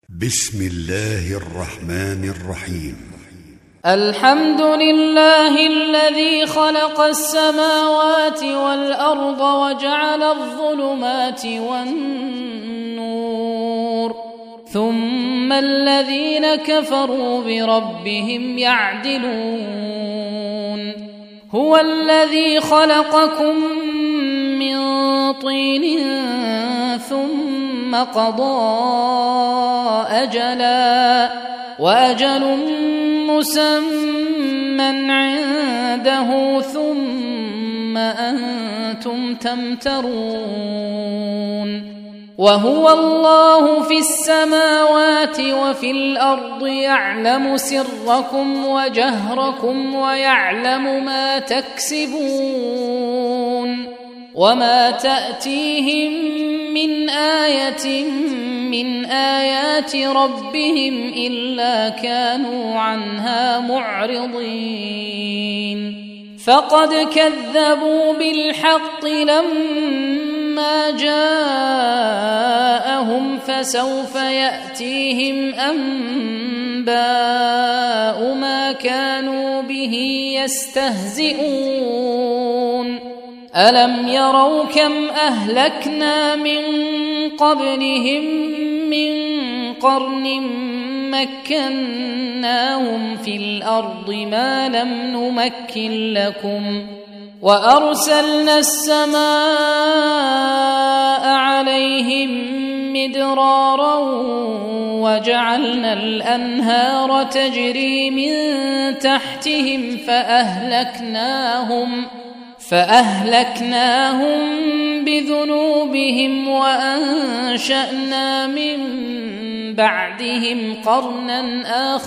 بسم الله الرحمن الرحيم. الحمد لله الذي خلق السماوات والأرض وجعل الظلمات والنور ثم الذين كفروا بربهم يعدلون. هو الذي خلقكم من طين ثم قضى أجلا وأجل مسمى عنده ثم أنتم تمترون. وهو الله في السماوات وفي الأرض يعلم سركم وجهركم ويعلم ما تكسبون. وما تأتيهم من آية من آيات ربهم إلا كانوا عنها معرضين. فقد كذبوا بالحق لما جاءهم فسوف يأتيهم أنباء ما كانوا به يستهزئون. ألم يروا كم أهلكنا من قبلهم من قرن مكناهم في الأرض ما لم نمكن لكم وأرسلنا السماء عليهم مدرارا وجعلنا الأنهار تجري من تحتهم فأهلكناهم بذنوبهم وأنشأنا من بعدهم قرنا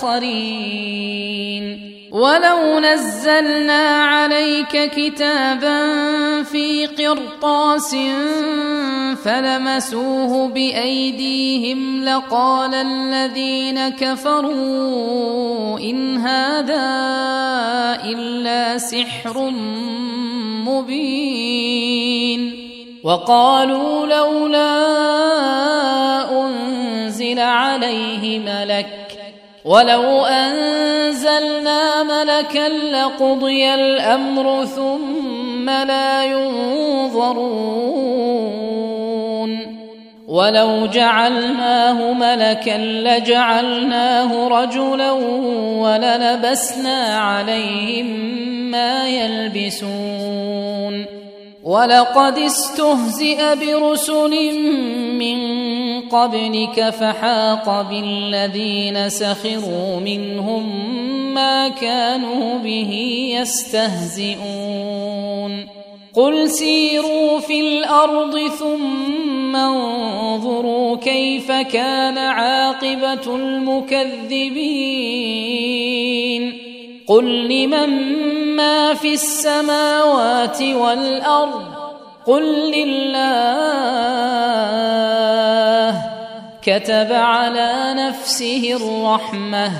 آخرين. ولو نزلنا عليك كتابا في قرطاس فلمسوه بأيديهم لقال الذين كفروا إن هذا إلا سحر مبين. وقالوا لولا أنزل عليه ملك ولو أنزلنا ملكا لقضي الأمر ثم لا ينظرون. ولو جعلناه ملكا لجعلناه رجلا وللبسنا عليهم ما يلبسون. ولقد استهزئ برسل من قبلك فحاق بالذين سخروا منهم ما كانوا به يستهزئون. قل سيروا في الأرض ثم انظروا كيف كان عاقبة المكذبين. قل لمن ما في السماوات والأرض قل لله كتب على نفسه الرحمة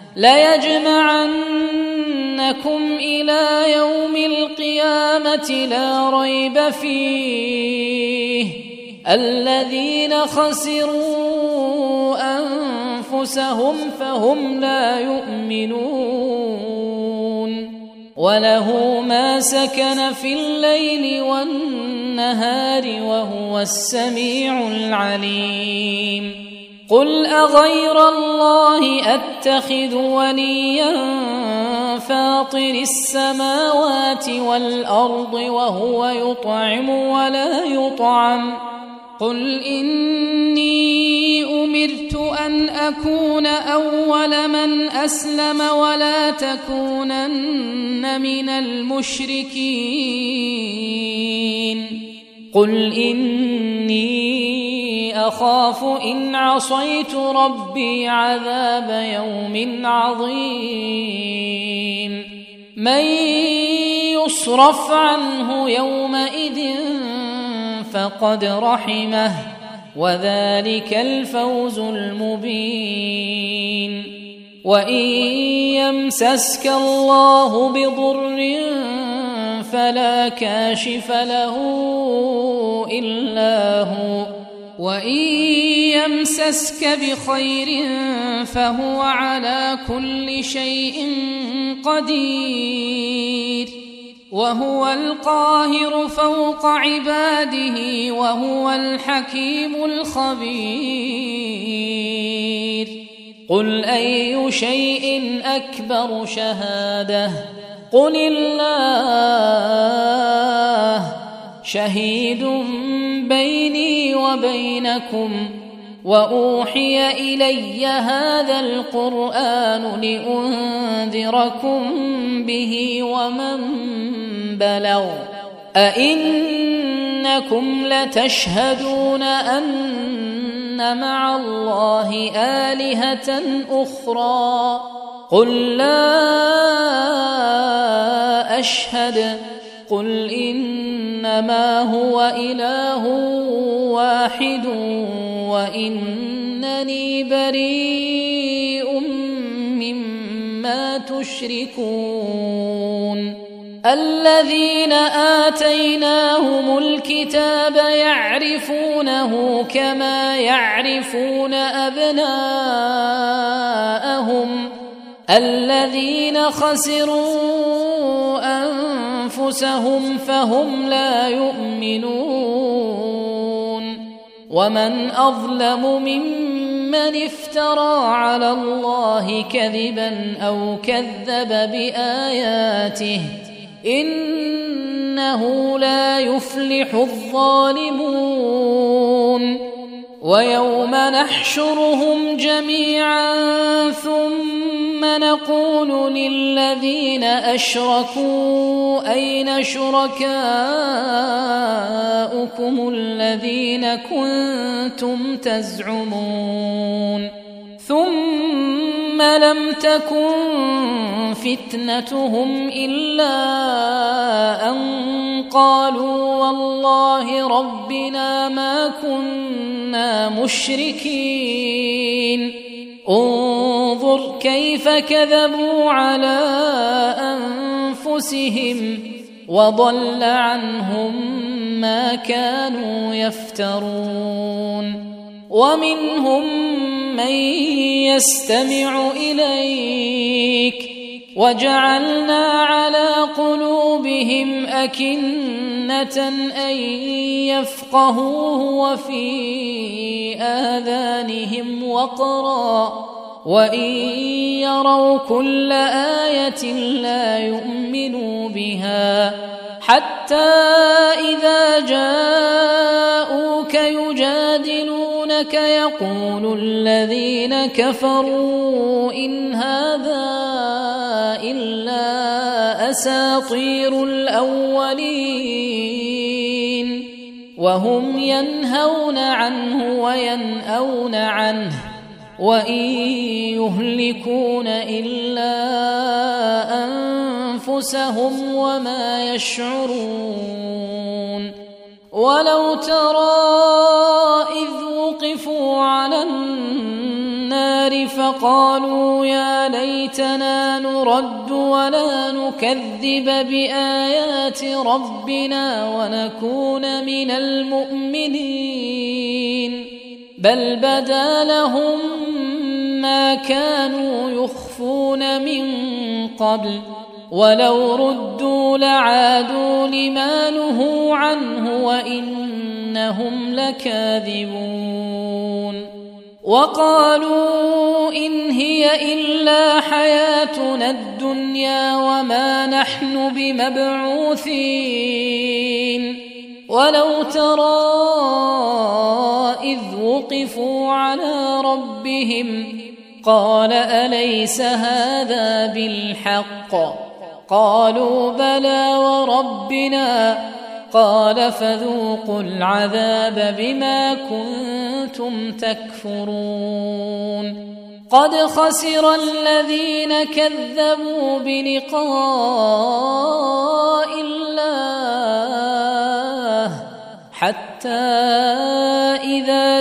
ليجمعنكم إلى يوم القيامة لا ريب فيه الذين خسروا أنفسهم فهم لا يؤمنون. وله ما سكن في الليل والنهار وهو السميع العليم. قل أغير الله أتخذ وليا فاطر السماوات والأرض وهو يطعم ولا يطعم. قل إني أمرت أن أكون أول من أسلم ولا تكونن من المشركين. قل إني أخاف إن عصيت ربي عذاب يوم عظيم. من يصرف عنه يومئذ فقد رحمه وذلك الفوز المبين. وإن يمسسك الله بضر فلا كاشف له إلا هو وإن يمسسك بخير فهو على كل شيء قدير وهو القاهر فوق عباده وهو الحكيم الخبير قل أي شيء أكبر شهادة قل الله شهيد بيني وبينكم وأوحي إلي هذا القرآن لأنذركم به ومن بلغ أئنكم لتشهدون أن مع الله آلهة أخرى قل لا أشهد قل إنما هو إله واحد وإنني بريء مما تشركون الذين آتيناهم الكتاب يعرفونه كما يعرفون أبناءهم الذين خسروا أنفسهم فهم لا يؤمنون ومن أظلم ممن افترى على الله كذبا أو كذب بآياته إنه لا يفلح الظالمون ويوم نحشرهم جميعا ثم نقول للذين أشركوا أين شركاؤكم الذين كنتم تزعمون ثم لم تكن فتنتهم إلا أن قالوا والله ربنا ما كنا مشركين انظر كيف كذبوا على أنفسهم وضل عنهم ما كانوا يفترون ومنهم من يستمع إليك وجعلنا على قلوبهم أكنة أن يفقهوه وفي آذانهم وقرا وإن يروا كل آية لا يؤمنوا بها حتى إذا جاءوك يجادلونك يقول الذين كفروا إن هذا إلا أساطير الأولين وهم ينهون عنه وينأون عنه وإن يهلكون إلا أنفسهم وما يشعرون ولو ترى إذ وقفوا على النار فقالوا يا ليتنا نرد ولا نكذب بآيات ربنا ونكون من المؤمنين بل بدا لهم ما كانوا يخفون من قبل ولو ردوا لعادوا لما نهوا عنه وإنهم لكاذبون وقالوا إن هي إلا حياتنا الدنيا وما نحن بمبعوثين ولو ترى إذ وقفوا على ربهم قال أليس هذا بالحق قالوا بلى وربنا قال فذوقوا العذاب بما كنتم تكفرون قد خسر الذين كذبوا بلقاء الله حتى إذا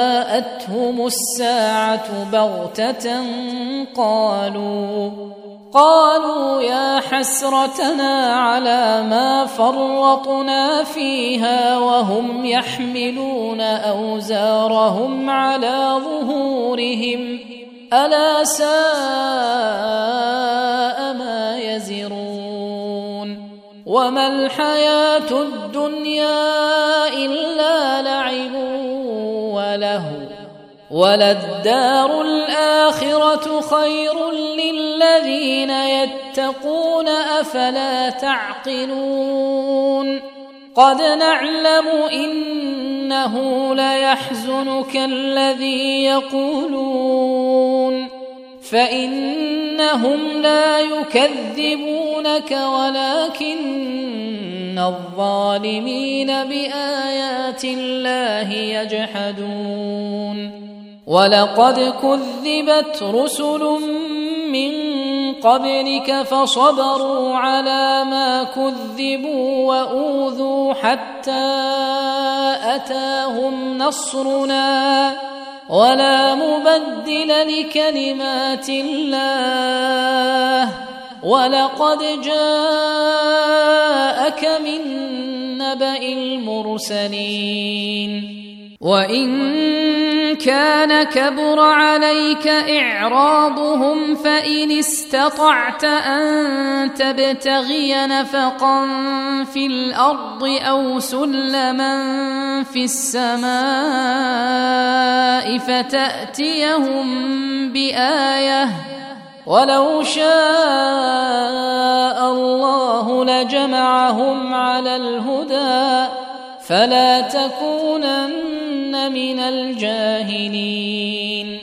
جاءتهم الساعة بغتة قالوا يا حسرتنا على ما فرطنا فيها وهم يحملون أوزارهم على ظهورهم ألا ساء ما يزرون وما الحياة الدنيا إلا لعب ولهو وللدار الآخرة خير للذين يتقون أفلا تعقلون قد نعلم إنه ليحزنك الذي يقولون فإنهم لا يكذبونك ولكن الظالمين بآيات الله يجحدون ولقد كذبت رسل من قبلك فصبروا على ما كذبوا وأوذوا حتى أتاهم نصرنا ولا مبدل لكلمات الله ولقد جاءك من نبأ المرسلين وإن كان كبر عليك إعراضهم فإن استطعت أن تبتغي نفقا في الأرض أو سلما في السماء فتأتيهم بآية ولو شاء الله لجمعهم على الهدى فلا تكونن من الجاهلين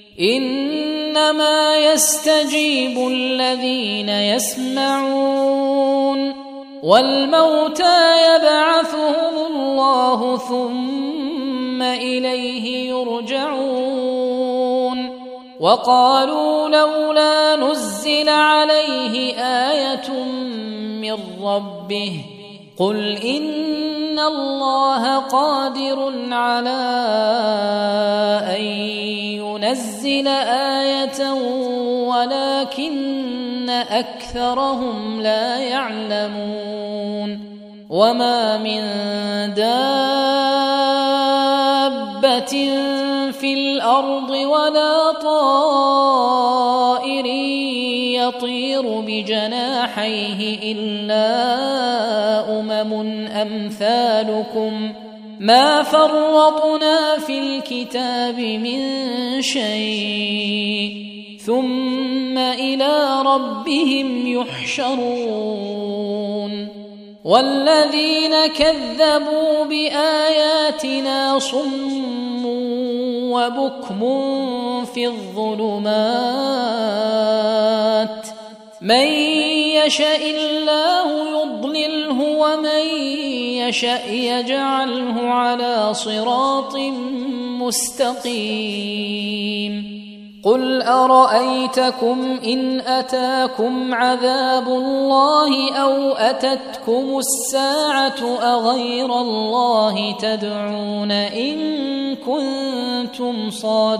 إنما يستجيب الذين يسمعون والموتى يبعثهم الله ثم إليه يرجعون وقالوا لولا نزل عليه آية من ربه قل إن الله قادر على أن ينزل آية ولكن أكثرهم لا يعلمون وما من دابة في الأرض ولا طائر يطير بجناحيه إلا أمثالكم ما فرطنا في الكتاب من شيء ثم إلى ربهم يحشرون والذين كذبوا بآياتنا صم وبكم في الظلمات من يشاء الله يضلله ومن يشاء يجعله على صراط مستقيم قل أرأيتكم إن أتاكم عذاب الله أو أتتكم الساعة أغير الله تدعون إن كنتم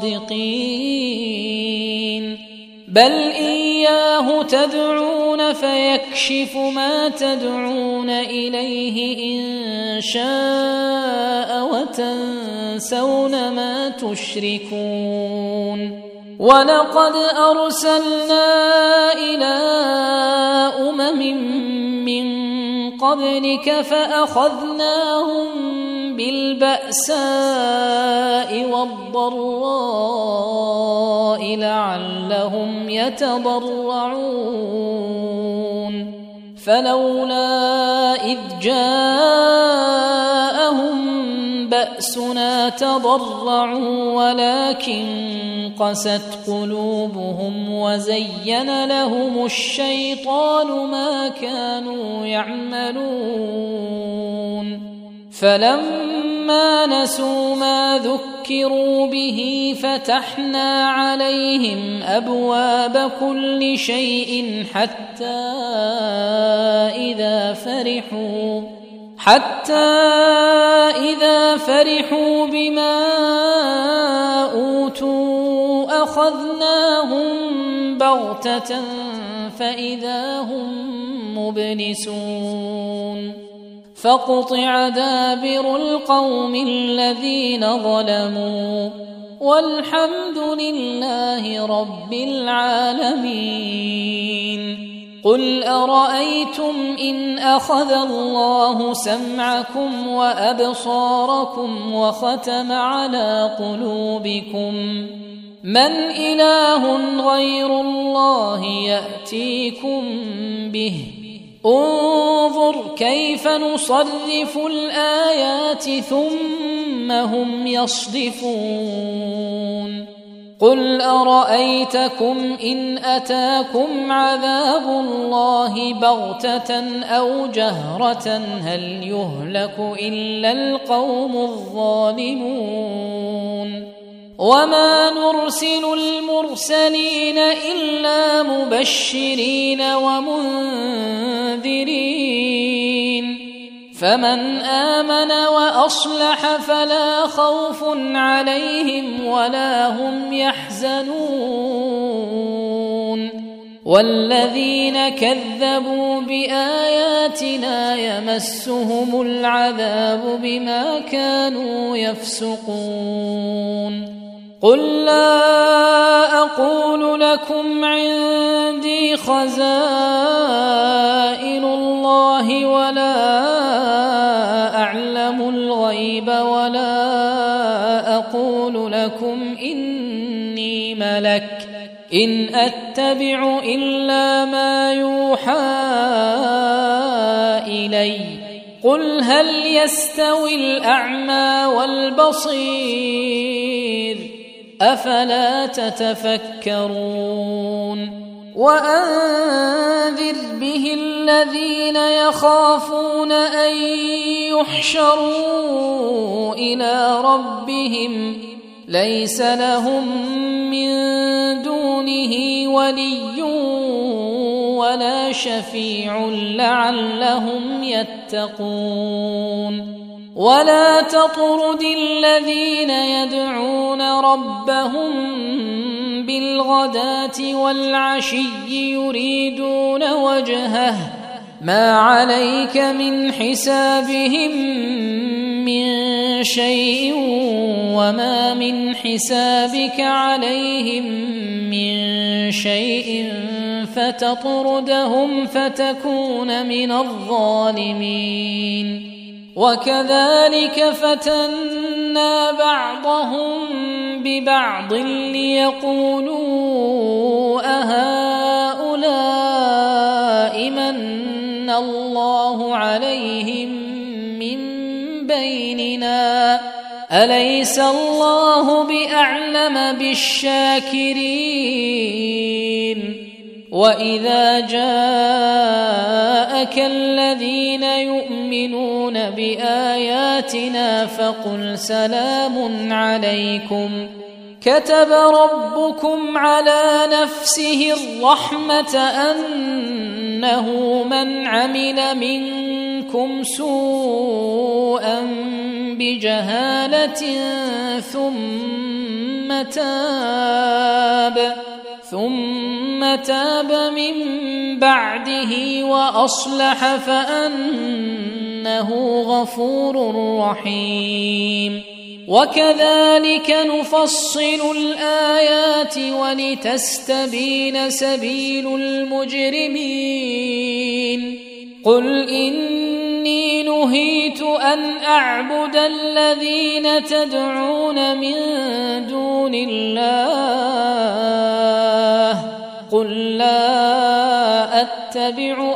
صادقين بل إياه تدعون فيكشف ما تدعون إليه إن شاء وتنسون ما تشركون ولقد أرسلنا إلى من قبلك فأخذناهم بالبأساء والضراء لعلهم يتضرعون فلولا إذ جاءهم بأسنا تضرعوا ولكن قست قلوبهم وزين لهم الشيطان ما كانوا يعملون فلما نسوا ما ذكروا به فتحنا عليهم أبواب كل شيء حتى إذا فرحوا بما أوتوا أخذناهم بغتة فإذا هم مبلسون فقطع دابر القوم الذين ظلموا والحمد لله رب العالمين. قل أرأيتم إن أخذ الله سمعكم وأبصاركم وختم على قلوبكم من إله غير الله يأتيكم به انظر كيف نصرف الآيات ثم هم يصدفون. قل أرأيتكم إن أتاكم عذاب الله بغتة أو جهرة هل يهلك إلا القوم الظالمون وما نرسل المرسلين إلا مبشرين ومنذرين فمن آمن وأصلح فلا خوف عليهم ولا هم يحزنون والذين كذبوا بآياتنا يمسهم العذاب بما كانوا يفسقون. قل لا أقول لكم عندي خزائن الله ولا أعلم الغيب ولا أقول لكم إني ملك إن أتبع إلا ما يوحى إلي قل هل يستوي الأعمى والبصير أفلا تتفكرون. وأنذر به الذين يخافون أن يحشروا إلى ربهم ليس لهم من دونه ولي ولا شفيع لعلهم يتقون. ولا تطرد الذين يدعون ربهم بالغداة والعشي يريدون وجهه ما عليك من حسابهم من شيء وما من حسابك عليهم من شيء فتطردهم فتكون من الظالمين. وكذلك فتنا بعضهم ببعض ليقولوا أهؤلاء من الله عليهم من بيننا أليس الله بأعلم بالشاكرين. وإذا جاءك الذين يؤمنون بآياتنا فقل سلام عليكم كتب ربكم على نفسه الرحمة أنه من عمل منكم سوءا بجهالة ثم تاب من بعده وأصلح فأنه غفور رحيم. وكذلك نفصل الآيات ولتستبين سبيل المجرمين. قل إني نهيت أن أعبد الذين تدعون من دون الله قل لا أتبع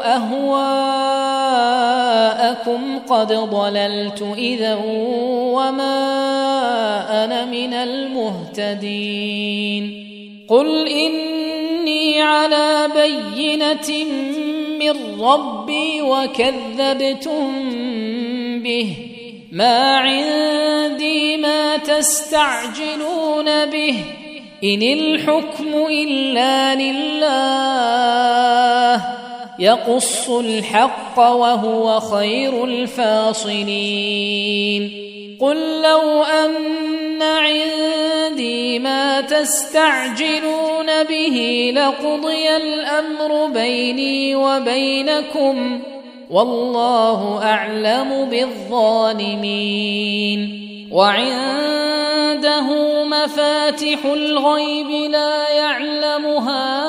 أهواءكم قد ضللت إذا وما أنا من المهتدين. قل إني على بينة من ربي وكذبتم به ما عندي ما تستعجلون به إن الحكم إلا لله يقص الحق وهو خير الفاصلين. قل لو أن عندي ما تستعجلون به لقضي الأمر بيني وبينكم والله أعلم بالظالمين وعنده مفاتح الغيب لا يعلمها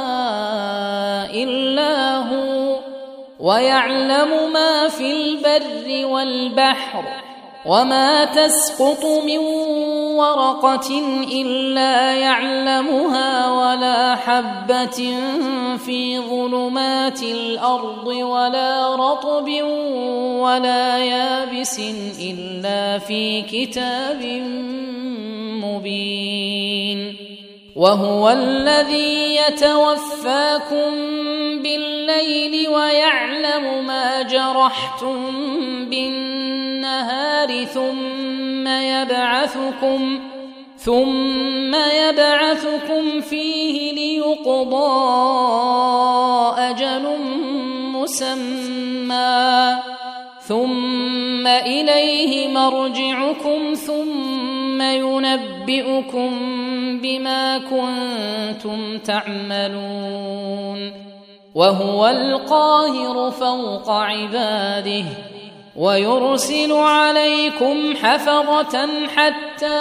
إلا هو ويعلم ما في البر والبحر وما تسقط من ورقة إلا يعلمها ولا حبة في ظلمات الأرض ولا رطب ولا يابس إلا في كتاب مبين وهو الذي يتوفاكم بالليل ويعلم ما جرحتم بالنهار ثم يبعثكم فيه ليقضى أجل مسمى ثم إليه مرجعكم ثم ينبئكم بما كنتم تعملون وهو القاهر فوق عباده ويرسل عليكم حفظة حتى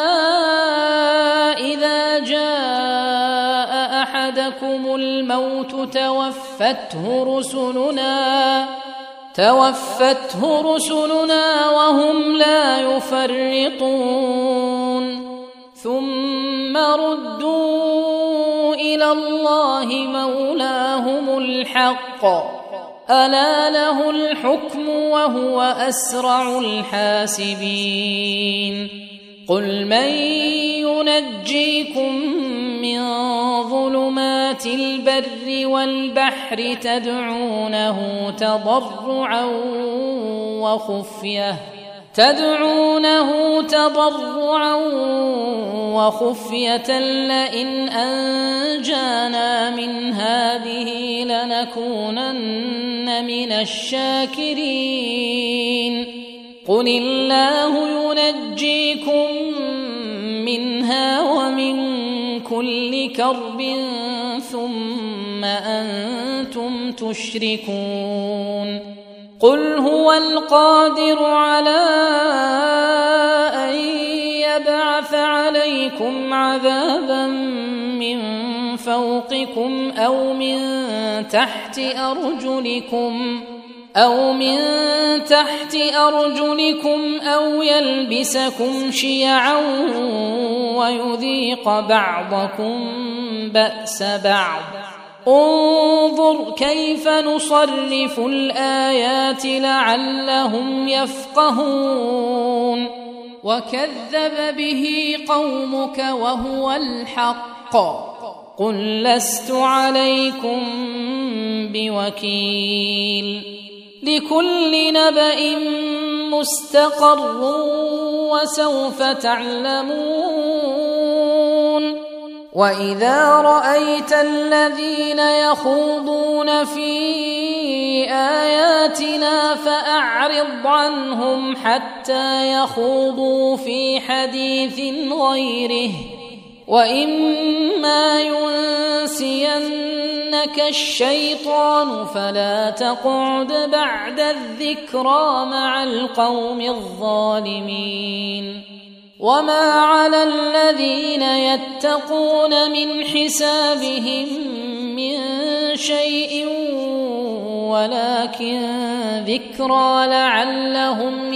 إذا جاء أحدكم الموت توفته رسلنا وهم لا يفرطون ثم ردوا إلى الله مولاهم الحق ألا له الحكم وهو أسرع الحاسبين قل من ينجيكم من ظلمات البر والبحر تدعونه تضرعا وخفية لئن أنجانا من هذه لنكونن من الشاكرين قل الله ينجيكم منها ومن كل كرب ثم أنتم تشركون قل هو القادر على أن يبعث عليكم عذابا من فوقكم أو من تحت أرجلكم أو يلبسكم شيعا ويذيق بعضكم بأس بعض انظر كيف نصرف الآيات لعلهم يفقهون وكذب به قومك وهو الحق قل لست عليكم بوكيل لكل نبأ مستقر وسوف تعلمون وإذا رأيت الذين يخوضون في آياتنا فأعرض عنهم حتى يخوضوا في حديث غيره وإما ينسينك الشيطان فلا تقعد بعد الذكرى مع القوم الظالمين وما على الذين يتقون من حسابهم من شيء ولكن ذكرى لعلهم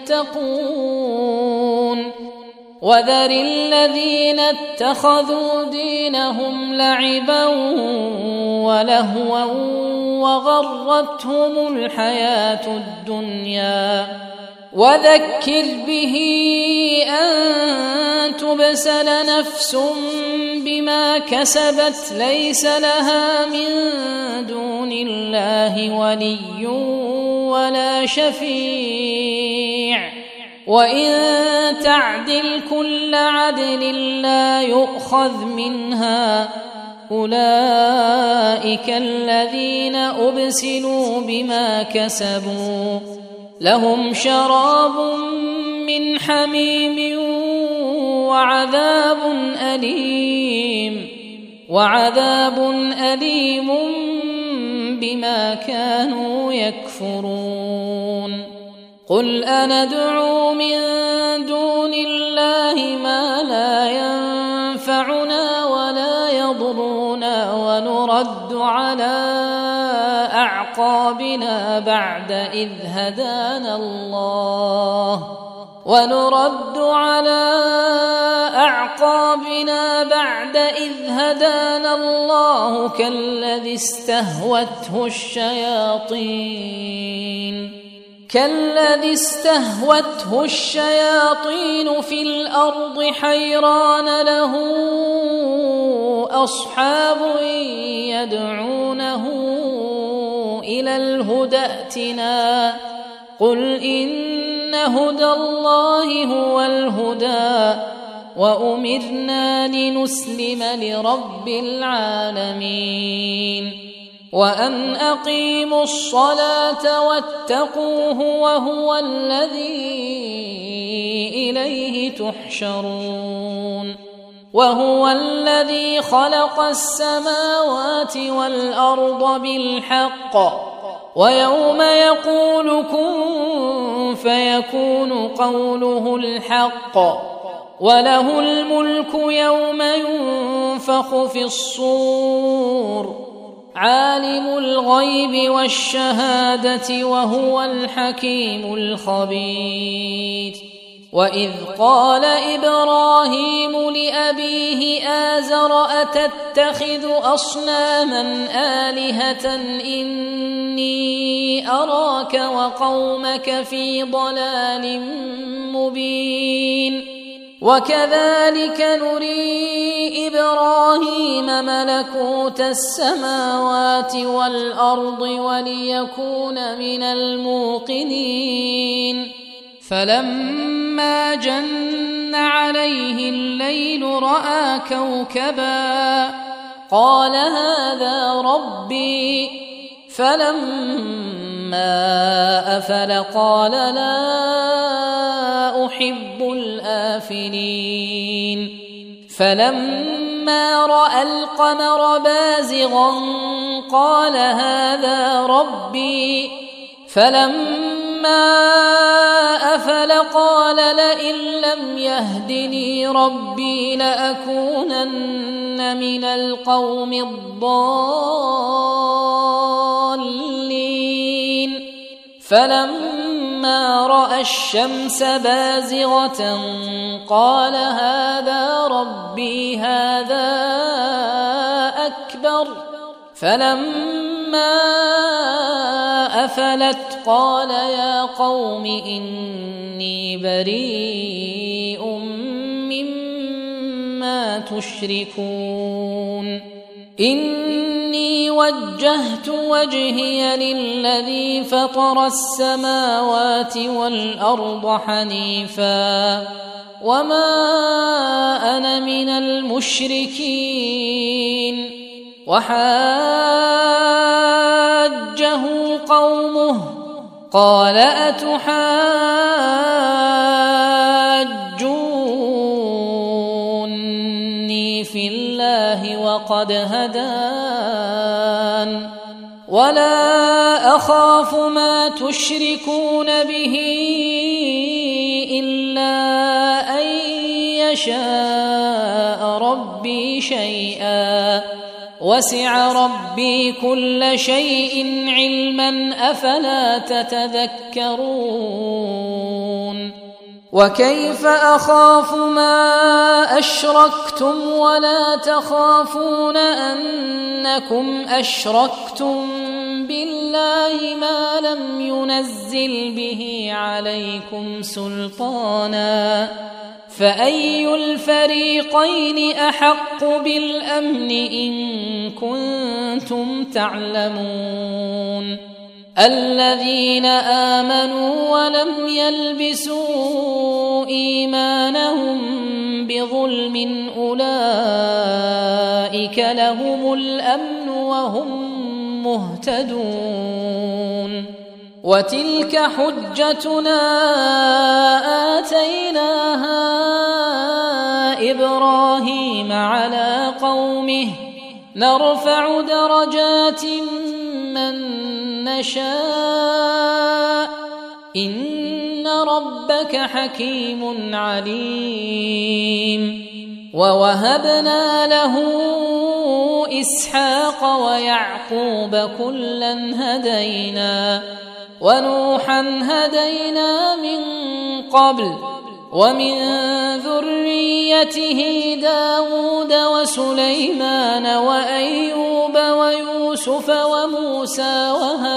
يتقون وذر الذين اتخذوا دينهم لعبا ولهوا وغرتهم الحياة الدنيا وذكر به أن تبسل نفس بما كسبت ليس لها من دون الله ولي ولا شفيع وإن تعدل كل عدل لا يؤخذ منها أولئك الذين أبسلوا بما كسبوا لهم شراب من حميم وعذاب أليم بما كانوا يكفرون. قل أندعو من دون الله ما لا ينفعنا ولا يضرنا ونرد على أعقابنا بعد إذ هدانا الله كالذي استهوته الشياطين في الأرض حيران له أصحاب يدعونه إلى الهدى ائتنا. قل إن هدى الله هو الهدى وأمرنا لنسلم لرب العالمين وأن أقيموا الصلاة واتقوه وهو الذي إليه تحشرون. وهو الذي خلق السماوات والأرض بالحق ويوم يقول كن فيكون قوله الحق وله الملك يوم ينفخ في الصور عالم الغيب والشهادة وهو الحكيم الخبير. وإذ قال إبراهيم لأبيه آزر أتتخذ أصناما آلهة إني أراك وقومك في ضلال مبين. وكذلك نري إبراهيم ملكوت السماوات والأرض وليكون من الموقنين. فلما جن عليه الليل رأى كوكبا قال هذا ربي فلما أفل قال لا أحب الآفلين. فلما رأى القمر بازغا قال هذا ربي فلما أفل قال لئن لم يهدني ربي لأكونن من القوم الضالين. فلما رأى الشمس بازغة قال هذا ربي هذا أكبر. فلما أفلت قال يا قوم إني بريء مما تشركون. إني وجهت وجهي للذي فطر السماوات والأرض حنيفا وما أنا من المشركين. وحاجه قومه قال أتحاجوني في الله وقد هدان ولا أخاف ما تشركون به إلا أن يشاء ربي شيئا وسع ربي كل شيء علما أفلا تتذكرون. وكيف أخاف ما أشركتم ولا تخافون أنكم أشركتم بالله ما لم ينزل به عليكم سلطانا فأي الفريقين أحق بالأمن إن كنتم تعلمون. الذين آمنوا ولم يلبسوا إيمانهم بظلم أولئك لهم الأمن وهم مهتدون. وتلك حجتنا آتيناها إبراهيم على قومه نرفع درجات من نشاء إن ربك حكيم عليم. ووهبنا له إسحاق ويعقوب كلا هدينا ونوحا هدينا من قبل ومن ذريته داود وسليمان وأيوب ويوسف وموسى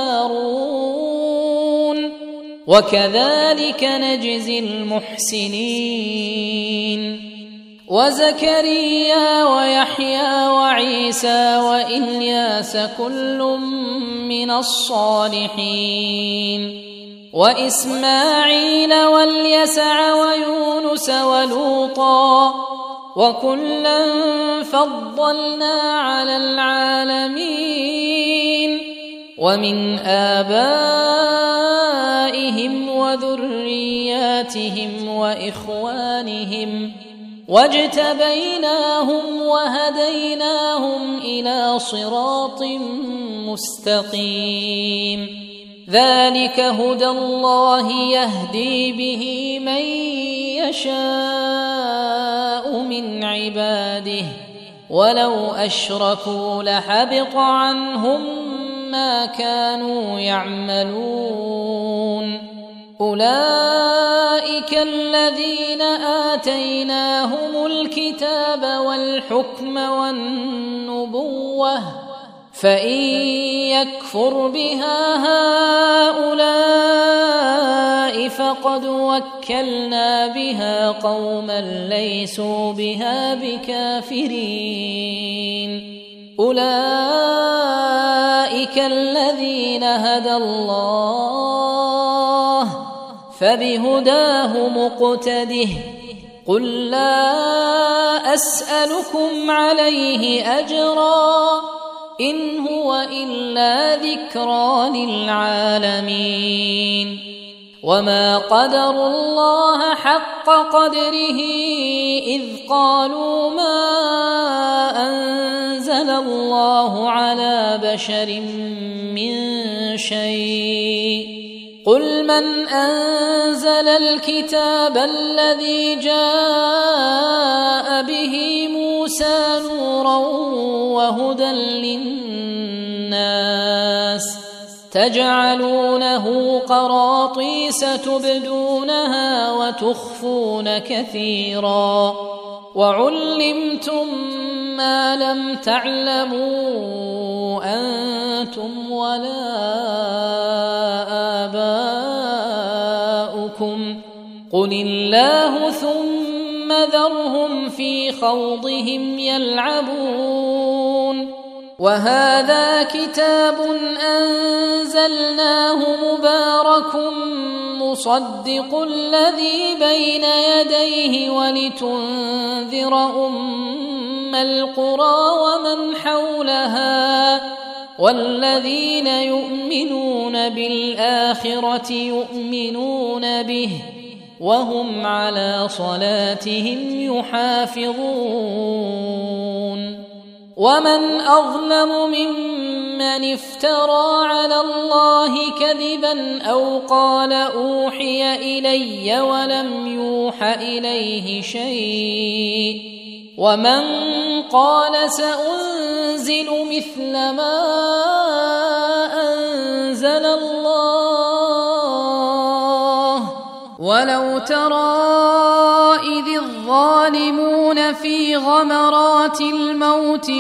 وهارون وكذلك نجزي المحسنين. وزكريا ويحيى وعيسى وإلياس كل من الصالحين وإسماعيل واليسع ويونس ولوطا وكلا فضلنا على العالمين. ومن آبائهم وذرياتهم وإخوانهم واجتبيناهم وهديناهم إلى صراط مستقيم. ذلك هدى الله يهدي به من يشاء من عباده ولو أشركوا لحبط عنهم ما كانوا يعملون. أولئك الذين آتيناهم الكتاب والحكم والنبوة فإن يكفر بها هؤلاء فقد وكلنا بها قوما ليسوا بها بكافرين. أولئك الذين هدى الله فبهداه مقتده. قل لا أسألكم عليه أجرا إن هو إلا ذكرى للعالمين. وما قدروا الله حق قدره إذ قالوا ما أنزل الله على بشر من شيء. قل من أنزل الكتاب الذي جاء به موسى نورا وهدى للناس تجعلونه قراطيس تبدونها وتخفون كثيرا وعلمتم ما لم تعلموا أنتم ولا آباؤكم قل الله ثم ذرهم في خوضهم يلعبون. وهذا كتاب أنزلناه مبارك مصدق الذي بين يديه ولتنذر أم القرى ومن حولها والذين يؤمنون بالآخرة يؤمنون به وهم على صلاتهم يحافظون. ومن أظلم ممن افترى على الله كذبا أو قال أوحي إلي ولم يوح إليه شيء ومن قال سأنزل مثل ما أنزل الله. ولو ترى إذ الظالمون في غمرات الموت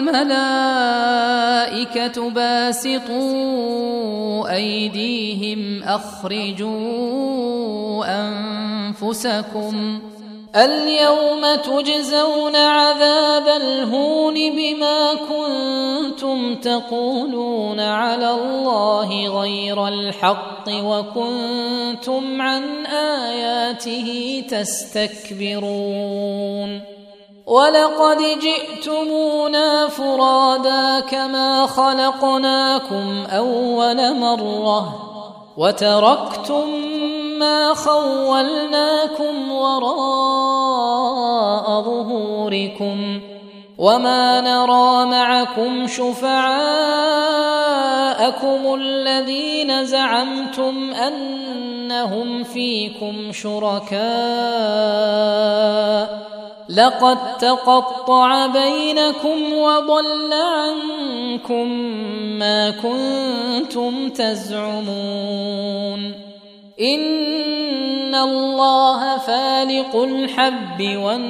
والملائكة باسطوا أيديهم أخرجوا أنفسكم اليوم تجزون عذاب الهون بما كنتم تقولون على الله غير الحق وكنتم عن آياته تستكبرون. ولقد جئتمونا فرادا كما خلقناكم أول مرة وتركتم ما خولناكم وراء ظهوركم وما نرى معكم شفعاءكم الذين زعمتم أنهم فيكم شركاء لقد تقطع بينكم وضل عنكم ما كنتم تزعمون إن الله فالق الحب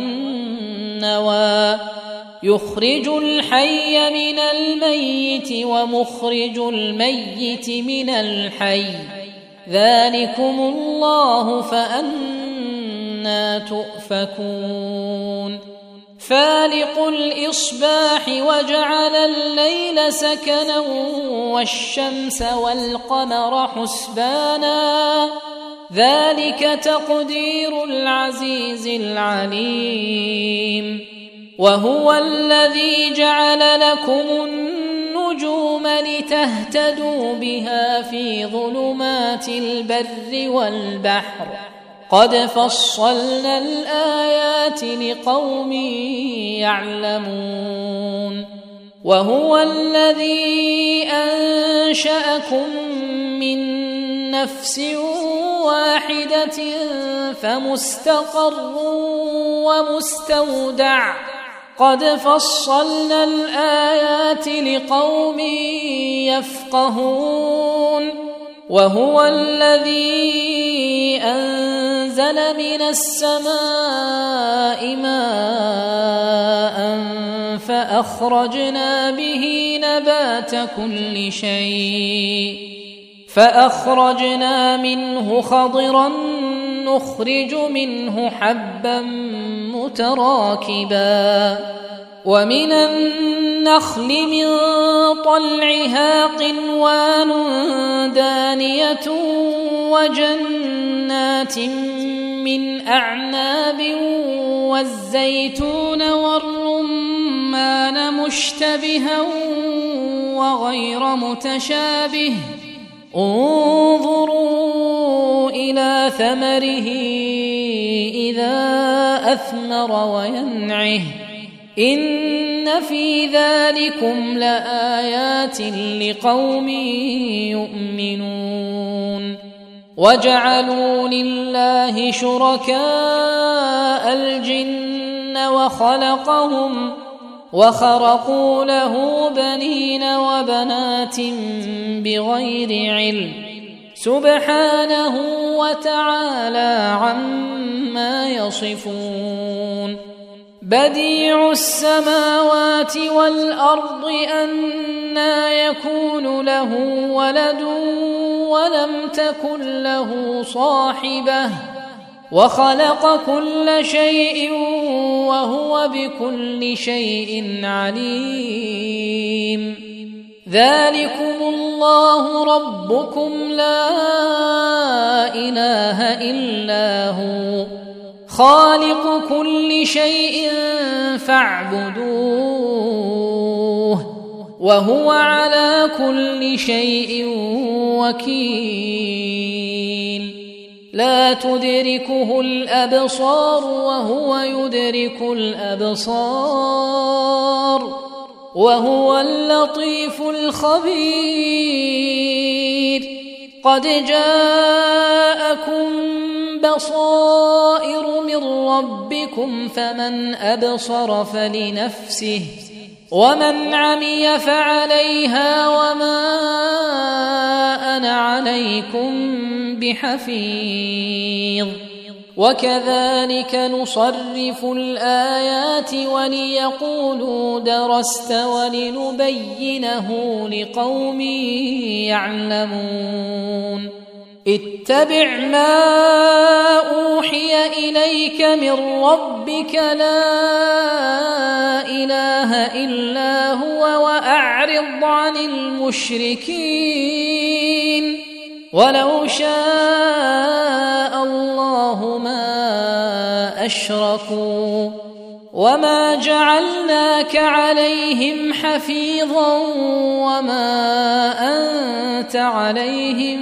والنوى يخرج الحي من الميت ومخرج الميت من الحي ذلكم الله فأنى تؤفكون فالق الإصباح وجعل الليل سكنا والشمس والقمر حسبانا ذلك تقدير العزيز العليم وهو الذي جعل لكم النجوم لتهتدوا بها في ظلمات البر والبحر قد فصلنا الآيات لقوم يعلمون وهو الذي أنشأكم من نفس واحدة فمستقر ومستودع قد فصلنا الآيات لقوم يفقهون وهو الذي أنزل من السماء ماء فأخرجنا به نبات كل شيء فأخرجنا منه خضرا نخرج منه حبا متراكبا ومن النخل من طلعها قنوان دانية وجنات من أعناب والزيتون والرمان مشتبها وغير متشابه انظروا إلى ثمره إذا أثمر وينعه إن في ذلكم لآيات لقوم يؤمنون وجعلوا لله شركاء الجن وخرقوا له بنين وبنات بغير علم سبحانه وتعالى عما يصفون بديع السماوات والأرض أنى يكون له ولد ولم تكن له صاحبة وخلق كل شيء وهو بكل شيء عليم ذلكم الله ربكم لا إله إلا هو خالق كل شيء فاعبدوه وهو على كل شيء وكيل لا تدركه الأبصار وهو يدرك الأبصار وهو اللطيف الخبير قد جاءكم بصائر من ربكم فمن أبصر فلنفسه ومن عمي فعليها وما أنا عليكم بحفيظ وكذلك نصرف الآيات وليقولوا درست ولنبينه لقوم يعلمون اتبع ما أوحي إليك من ربك لا إله إلا هو وأعرض عن المشركين ولو شاء الله ما أشركوا وما جعلناك عليهم حفيظا وما أنت عليهم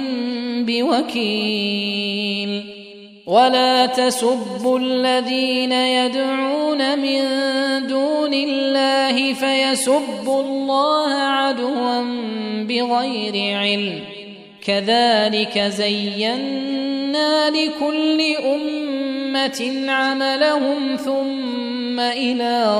بوكيل ولا تسبوا الذين يدعون من دون الله فيسبوا الله عدوا بغير علم كذلك زينا لكل أمة عملهم ثم إلى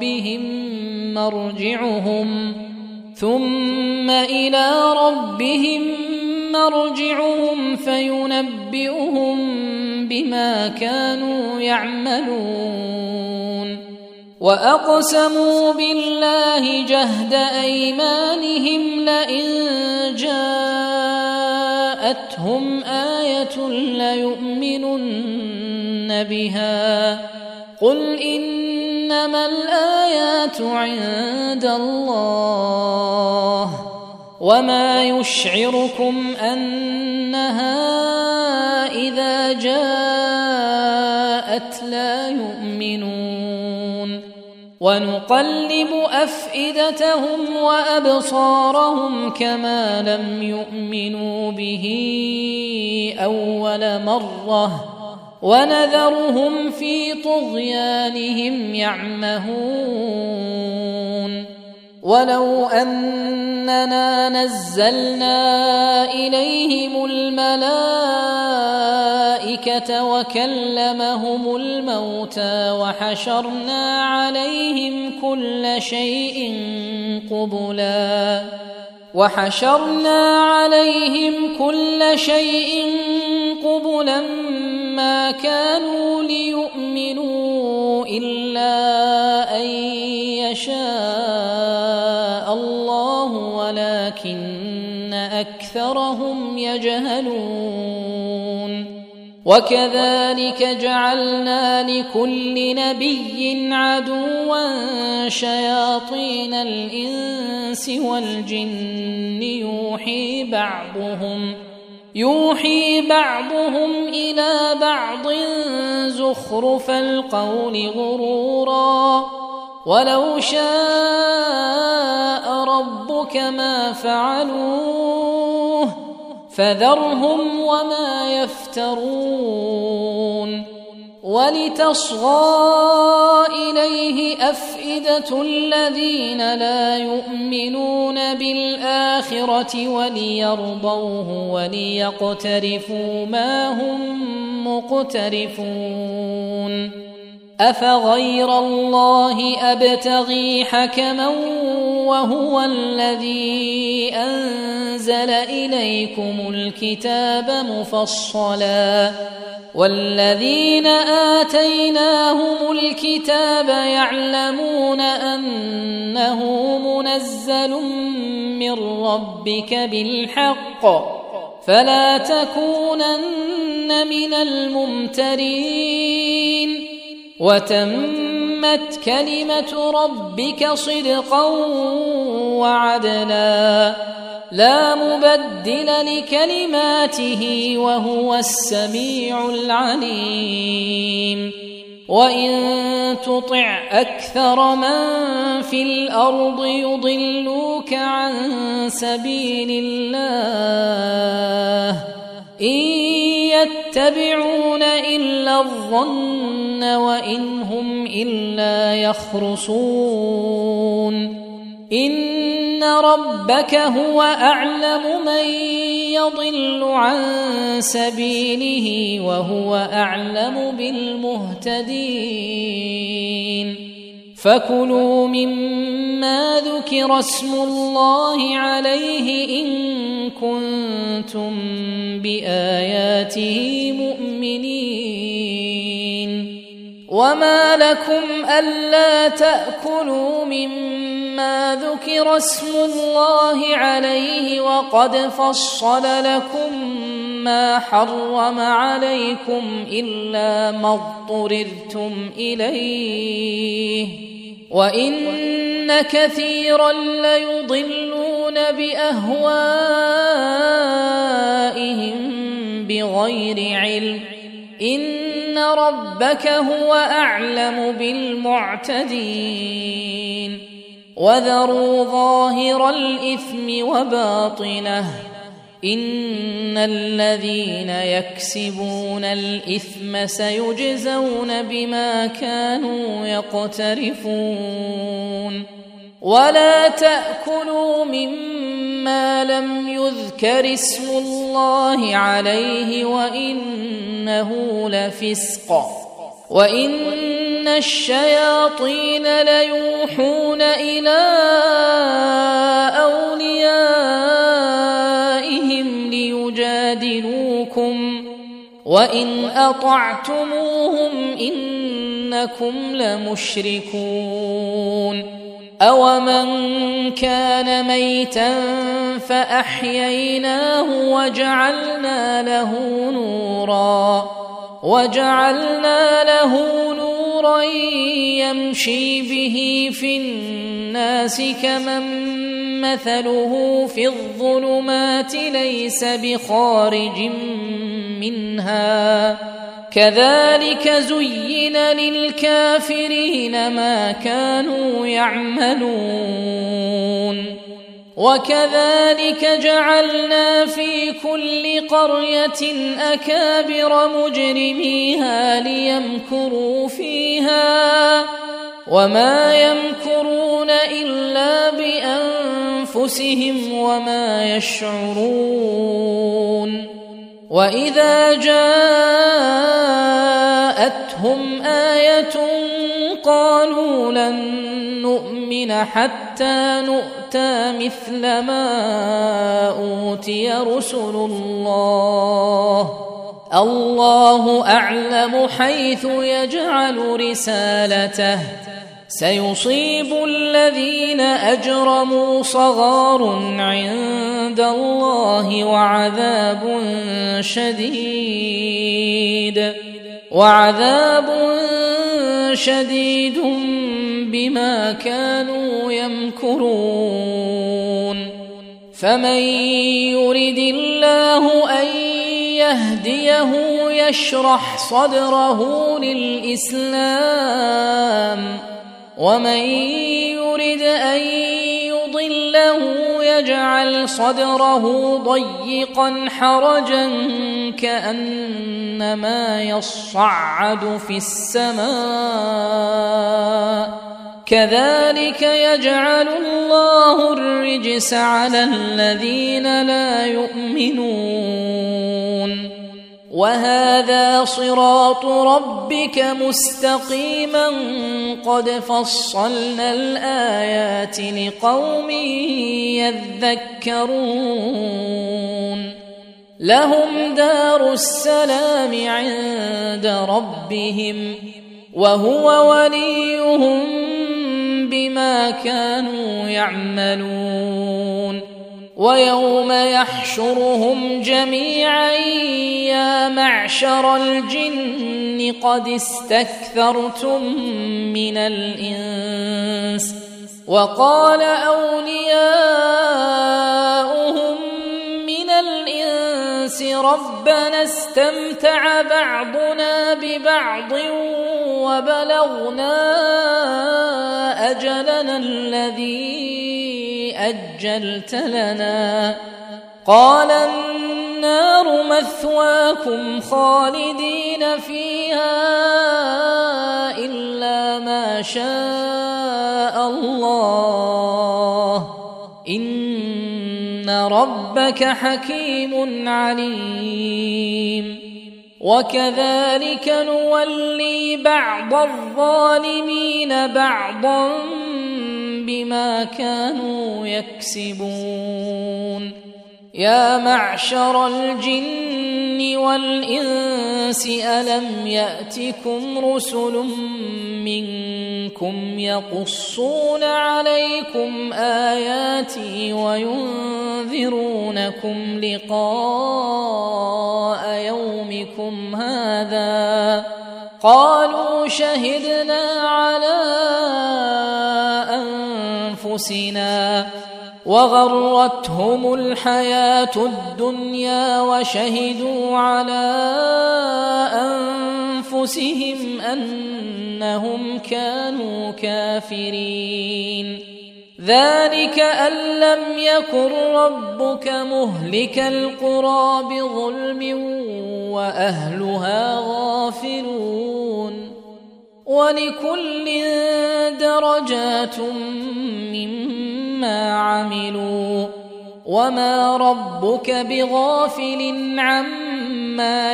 ربهم مرجعهم فينبئهم بما كانوا يعملون وأقسموا بالله جهد أيمانهم لئن جاءتهم آية ليؤمنن بها قل إنما الآيات عند الله وما يشعركم أنها إذا جاءت لا يؤمنون ونقلب أفئدتهم وأبصارهم كما لم يؤمنوا به أول مرة ونذرهم في طغيانهم يعمهون ولو أننا نزلنا إليهم الملائكة وكلمهم الموتى وحشرنا عليهم كل شيء قبلا ما كانوا ليؤمنوا إلا أن يشاء الله ولكن أكثرهم يجهلون وكذلك جعلنا لكل نبي عدوا شياطين الإنس والجن يوحي بعضهم إلى بعض زخرف القول غرورا ولو شاء ربك ما فعلوه فذرهم وما يفترون ولتصغى إليه أفئدة الذين لا يؤمنون بالآخرة وليرضوه وليقترفوا ما هم مقترفون أفغير الله أبتغي حكما وهو الذي أنزل إليكم الكتاب مفصلا والذين آتيناهم الكتاب يعلمون أنه منزل من ربك بالحق فلا تكونن من الممترين وتمت كلمة ربك صدقا وعدلا لا مبدل لكلماته وهو السميع العليم وإن تطع أكثر من في الأرض يضلوك عن سبيل الله إن يتبعون إلا الظن وإن هم إلا يخرصون إن ربك هو أعلم من يضل عن سبيله وهو أعلم بالمهتدين فكلوا مما ذكر اسم الله عليه إن كنتم بآياته مؤمنين وما لكم ألا تأكلوا مما ذكر اسم الله عليه وقد فصل لكم ما حرم عليكم إلا ما اضطررتم إليه وإن كثيرا ليضلون بأهوائهم بغير علم إن ربك هو أعلم بالمعتدين وذروا ظاهر الإثم وباطنه إن الذين يكسبون الإثم سيجزون بما كانوا يقترفون ولا تأكلوا مما لم يذكر اسم الله عليه وإنه لفسق وإن الشياطين ليوحون إلى أوليائهم ليجادلوكم وإن أطعتموهم إنكم لمشركون أومن كان ميتا فأحييناه وجعلنا له نورا يمشي به في الناس كمن مثله في الظلمات ليس بخارج منها كذلك زين للكافرين ما كانوا يعملون وكذلك جعلنا في كل قرية أكابر مجرميها ليمكروا فيها وما يمكرون إلا بأنفسهم وما يشعرون وإذا جاءتهم آية قالوا لن نؤمن حتى نؤتى مثل ما أوتي رسل الله أعلم حيث يجعل رسالته سيصيب الذين أجرموا صغار عند الله وعذاب شديد بما كانوا يمكرون فمن يرد الله أن يهديه يشرح صدره للإسلام ومن يرد أن يضله يجعل صدره ضيقا حرجا كأنما يصعد في السماء كذلك يجعل الله الرجس على الذين لا يؤمنون وهذا صراط ربك مستقيما قد فصلنا الآيات لقوم يذكرون لهم دار السلام عند ربهم وهو وليهم بما كانوا يعملون ويوم يحشرهم جميعا يا معشر الجن قد استكثرتم من الإنس وقال أولياؤهم من الإنس ربنا استمتع بعضنا ببعض وبلغنا أجلنا الذي أجلت لنا قال النار مثواكم خالدين فيها إلا ما شاء الله إن ربك حكيم عليم وكذلك نولي بعض الظالمين بعضا بما كانوا يكسبون يا معشر الجن والإنس ألم يأتكم رسل منكم يقصون عليكم آياتي وينذرونكم لقاء يومكم هذا قالوا شهدنا على أنفسنا وغرتهم الحياة الدنيا وشهدوا على أنفسهم أنهم كانوا كافرين. ذلك أن لم يكن ربك مهلك القرى بظلم وأهلها غافلون. ولكل درجات مما عملوا وما ربك بغافل عما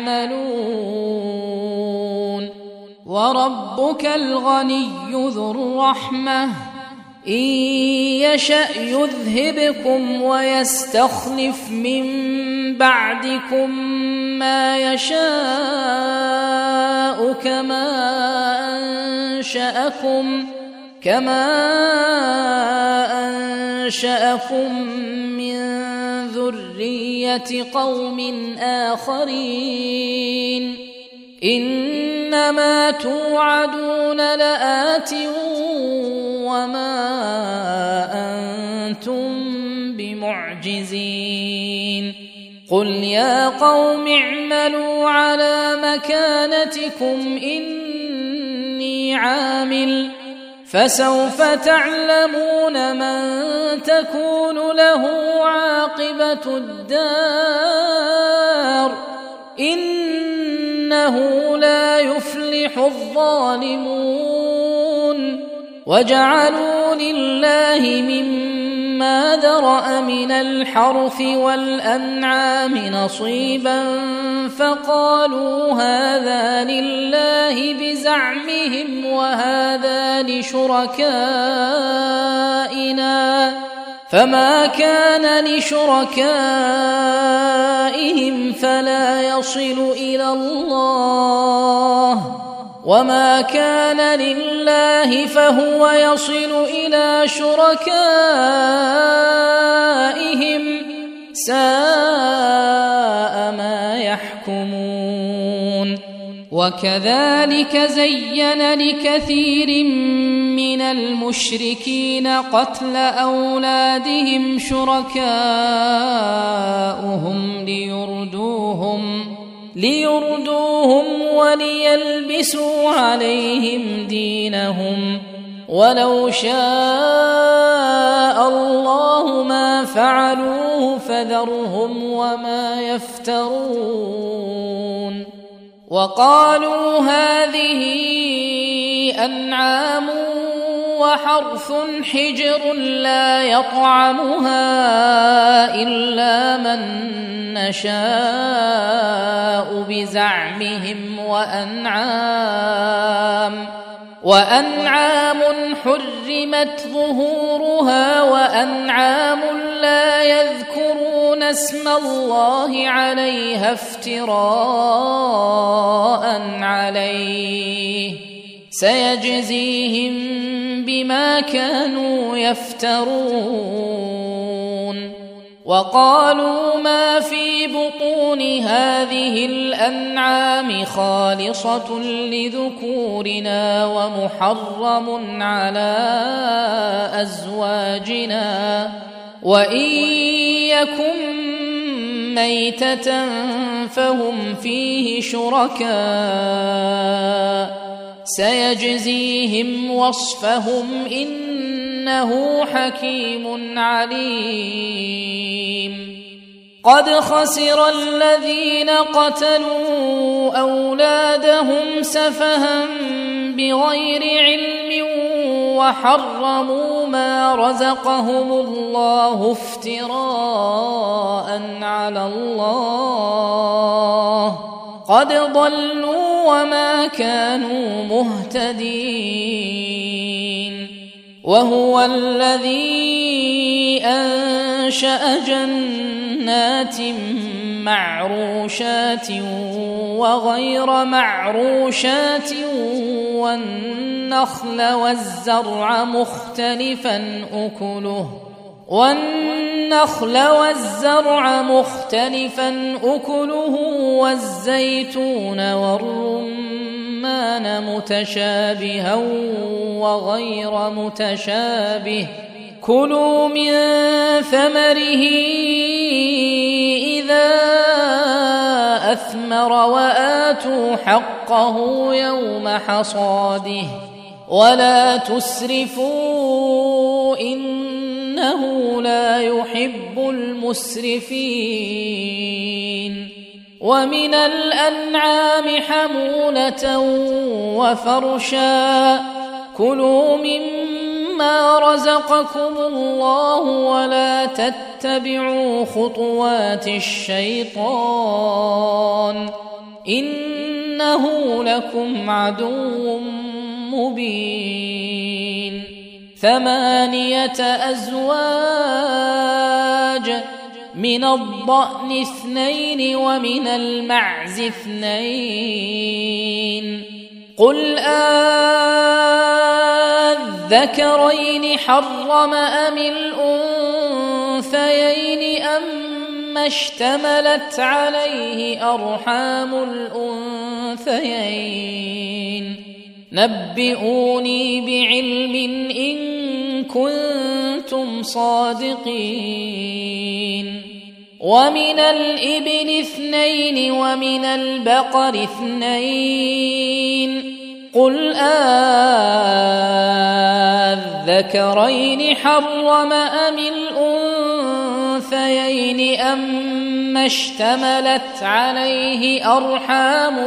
يعملون. وربك الغني ذو الرحمة إن يشأ يذهبكم ويستخلف من بعدكم ما يشاء كما أنشأكم من ذرية قوم آخرين. إنما توعدون لآت وما أنتم بمعجزين. قل يا قوم اعملوا على مكانتكم إني عامل فسوف تعلمون من تكون له عاقبة الدار إنه لا يفلح الظالمون. وجعلوا لله مما ذرأ من الحرث والأنعام نصيبا فقالوا هذا لله بزعمهم وهذا لشركائنا فما كان لشركائهم فلا يصل إلى الله وما كان لله فهو يصل إلى شركائهم ساء ما يحكمون. وكذلك زين لكثير من المشركين قتل أولادهم شركاؤهم ليردوهم وليلبسوا عليهم دينهم ولو شاء الله ما فعلوه فذرهم وما يفترون. وقالوا هذه أنعام وحرث حجر لا يطعمها إلا من نشاء بزعمهم وأنعام حرمت ظهورها وأنعام لا يذكرون اسم الله عليها افتراء عليه سيجزيهم بما كانوا يفترون. وقالوا ما في بطون هذه الأنعام خالصة لذكورنا ومحرم على أزواجنا وإن يكن ميتة فهم فيه شركاء سيجزيهم وصفهم إنه حكيم عليم. قد خسر الذين قتلوا أولادهم سفها بغير علم وحرموا ما رزقهم الله افتراء على الله قد ضلوا وما كانوا مهتدين. وهو الذي أنشأ جنات معروشات وغير معروشات والنخل والزرع مختلفا أكله والزيتون والرمان متشابها وغير متشابه كلوا من ثمره إذا وأثمر وآتوا حقه يوم حصاده ولا تسرفوا إنه لا يحب المسرفين. ومن الأنعام حمولة وفرشا كلوا مما رزقكم الله ولا تتبعوا خطوات الشيطان إنه لكم عدو مبين. 8 أزواج من الضأن 2 ومن المعز 2 قل أذكرين حرم أم الأنثيين أما اشتملت عليه أرحام الأنثيين نبئوني بعلم إن كنتم صادقين. ومن الإبل 2 ومن البقر 2 قل أذكرين حرم أم الأنثيين أما اشتملت عليه أرحام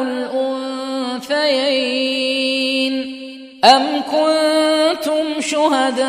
الأنثيين أم كنتم شهداء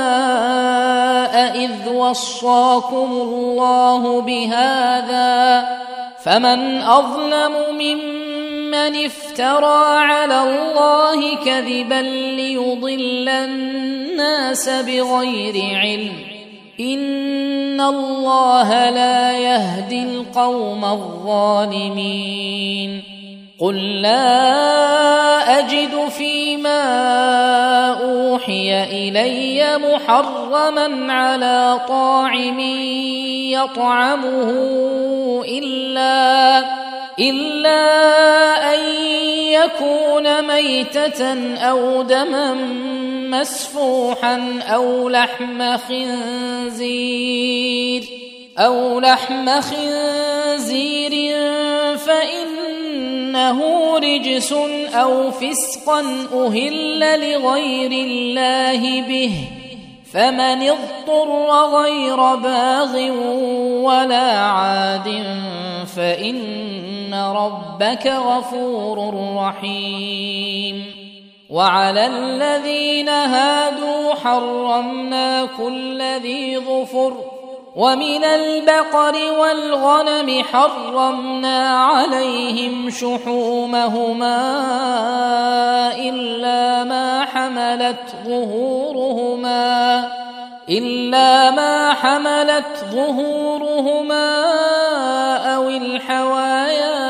إذ وصاكم الله بهذا فمن أظلم ممن افترى على الله كذبا ليضل الناس بغير علم إن الله لا يهدي القوم الظالمين. قل لا أجد فيما أوحي إلي محرما على طاعم يطعمه إلا أن يكون ميتة أو دما مسفوحا أو لحم خنزير فإنه رجس أو فسقا أهل لغير الله به فمن اضطر غير باغ ولا عاد فإن ربك غفور رحيم. وعلى الذين هادوا حرمنا كل ذي ظفر ومن البقر والغنم حرمنا عليهم شحومهما إلا ما حملت ظهورهما أو الحوايا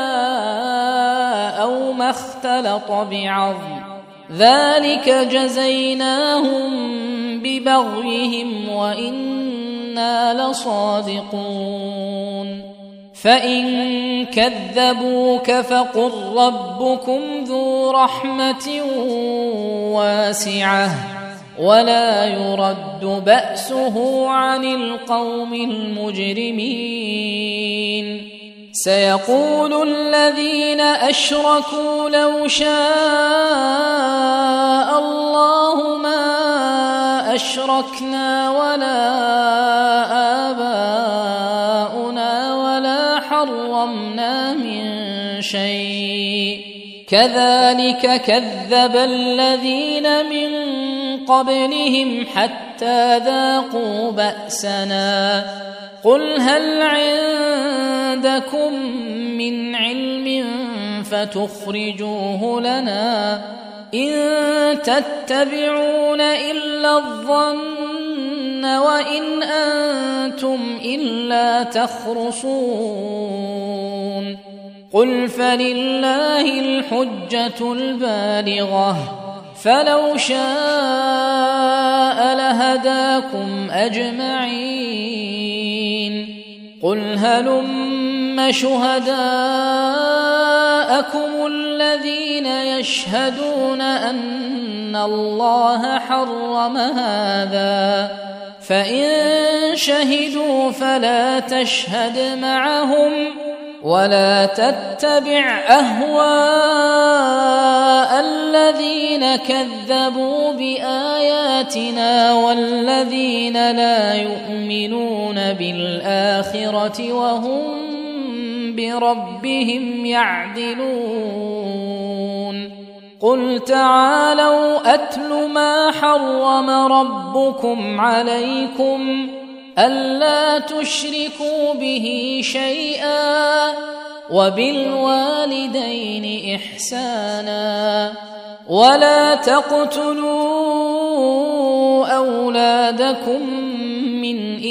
أو ما اختلط بعظم ذلك جزيناهم ببغيهم وإنا لصادقون. فإن كذبوك فقل ربكم ذو رحمة واسعة ولا يرد بأسه عن القوم المجرمين. سيقول الذين أشركوا لو شاء الله ما أشركنا ولا آباؤنا ولا حرمنا من شيء كذلك كذب الذين من قبلهم حتى ذاقوا بأسنا. قل هل عندكم من علم فتخرجوه لنا إن تتبعون إلا الظن وإن أنتم إلا تخرصون. قل فلله الحجة البالغة فلو شاء لهداكم أجمعين. قل هلم شهداءكم الذين يشهدون أن الله حرم هذا فإن شهدوا فلا تشهد معهم ولا تتبع أهواء الذين كذبوا بآياتنا والذين لا يؤمنون بالآخرة وهم بربهم يعدلون قل تعالوا أتل ما حرم ربكم عليكم ألا تشركوا به شيئا وبالوالدين إحسانا ولا تقتلوا أولادكم من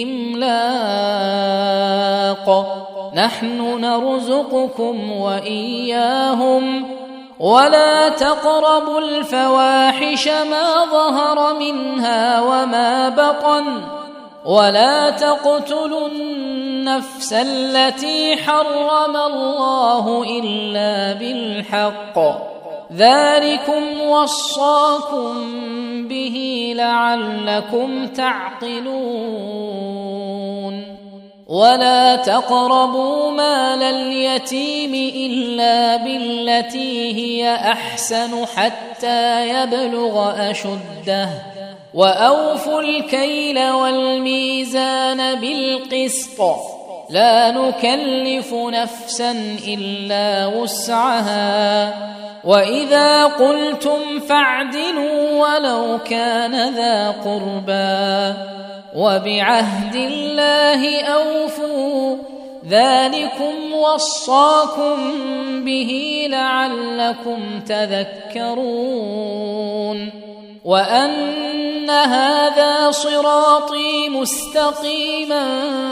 إملاق نحن نرزقكم وإياهم ولا تقربوا الفواحش ما ظهر منها وما بطن ولا تقتلوا النفس التي حرم الله إلا بالحق ذلكم وصاكم به لعلكم تعقلون ولا تقربوا مال اليتيم إلا بالتي هي أحسن حتى يبلغ أشده وأوفوا الكيل والميزان بالقسط لا نكلف نفسا إلا وسعها وإذا قلتم فاعدلوا ولو كان ذا قربى وبعهد الله أوفوا ذلكم وصاكم به لعلكم تذكرون وأن هذا صراطي مستقيما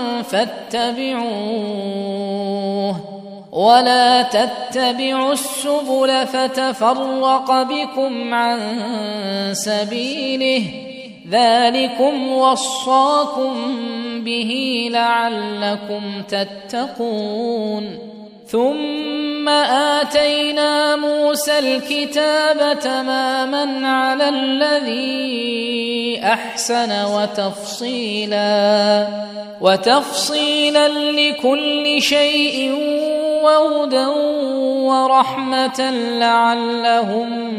فاتبعوه ولا تتبعوا السبل فتفرق بكم عن سبيله ذلكم وصاكم به لعلكم تتقون ثم آتينا موسى الكتاب تماما على الذي أحسن وتفصيلا لكل شيء وهدى ورحمة لعلهم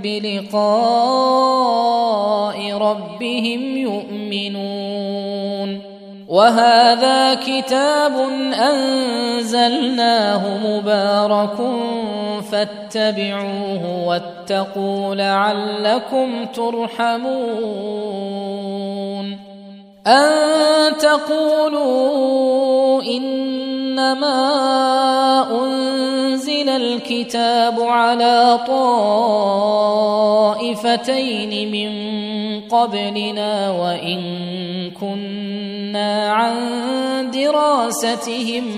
بلقاء ربهم يؤمنون وهذا كتاب أنزلناه مبارك فاتبعوه واتقوا لعلكم ترحمون أن تقولوا إنما أنزل الكتاب على طائفتين من قبلنا وإن كنا عن دراستهم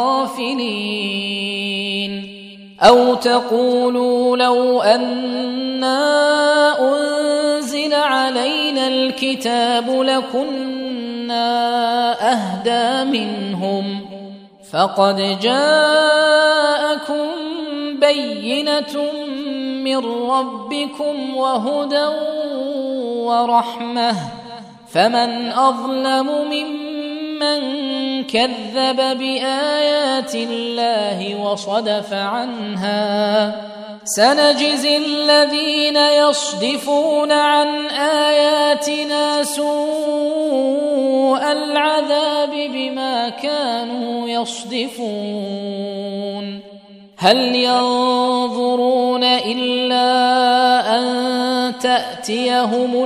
لغافلين أو تقولوا لو أنا أنزل علينا الكتاب لكنا أهدى منهم فقد جاءكم بينة من ربكم وهدى ورحمة فمن أظلم ممن كذب بآيات الله وصدف عنها سنجزي الذين يصدفون عن آياتنا سوء العذاب بما كانوا يصدفون هل ينظرون إلا أن تأتيهم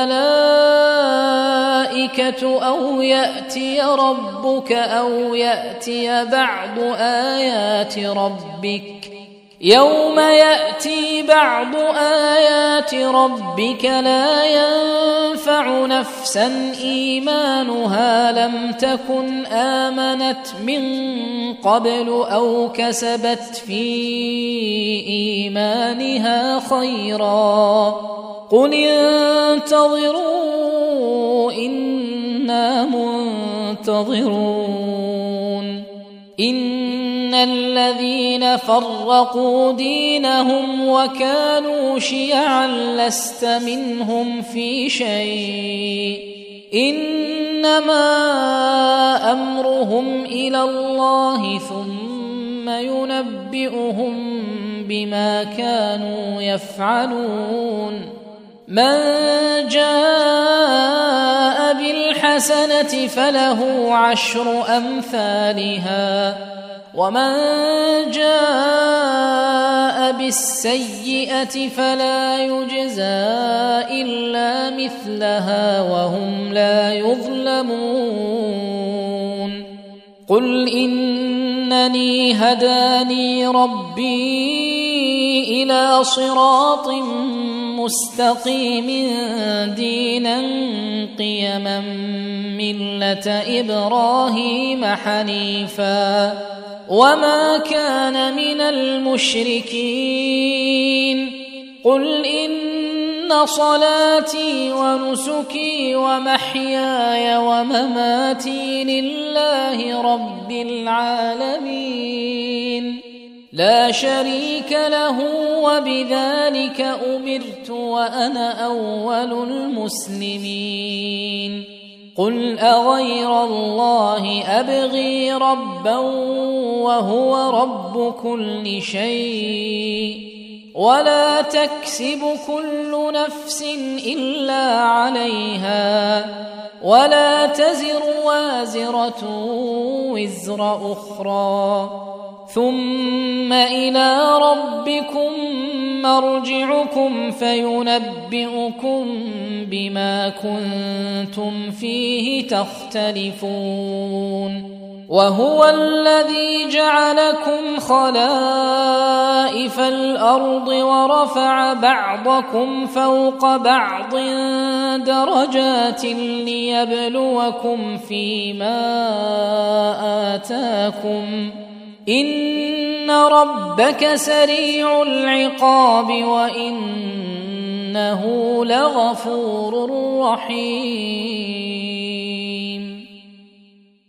الملائكة أو يأتي ربك أو يأتي بعض آيات ربك يوم يأتي بعض آيات ربك لا ينفع نفسا إيمانها لم تكن آمنت من قبل أو كسبت في إيمانها خيرا قل انتظروا إنا منتظرون إن الذين فرقوا دينهم وكانوا شيعا لست منهم في شيء إنما أمرهم إلى الله ثم ينبئهم بما كانوا يفعلون من جاء بالحسنة فله 10 أمثالها ومن جاء بالسيئة فلا يجزى إلا مثلها وهم لا يظلمون قل إنني هداني ربي إلى صراط مستقيم دينا قيما ملة إبراهيم حنيفا وما كان من المشركين قل إن صلاتي ونسكي ومحياي ومماتي لله رب العالمين لا شريك له وبذلك أمرت وأنا أول المسلمين قل أغير الله أبغي ربا وهو رب كل شيء ولا تكسب كل نفس إلا عليها ولا تزر وازرة وزر أخرى ثم إلى ربكم مرجعكم فينبئكم بما كنتم فيه تختلفون وهو الذي جعلكم خلائف الأرض ورفع بعضكم فوق بعض درجات ليبلوكم فيما آتاكم إن ربك سريع العقاب وإنه لغفور رحيم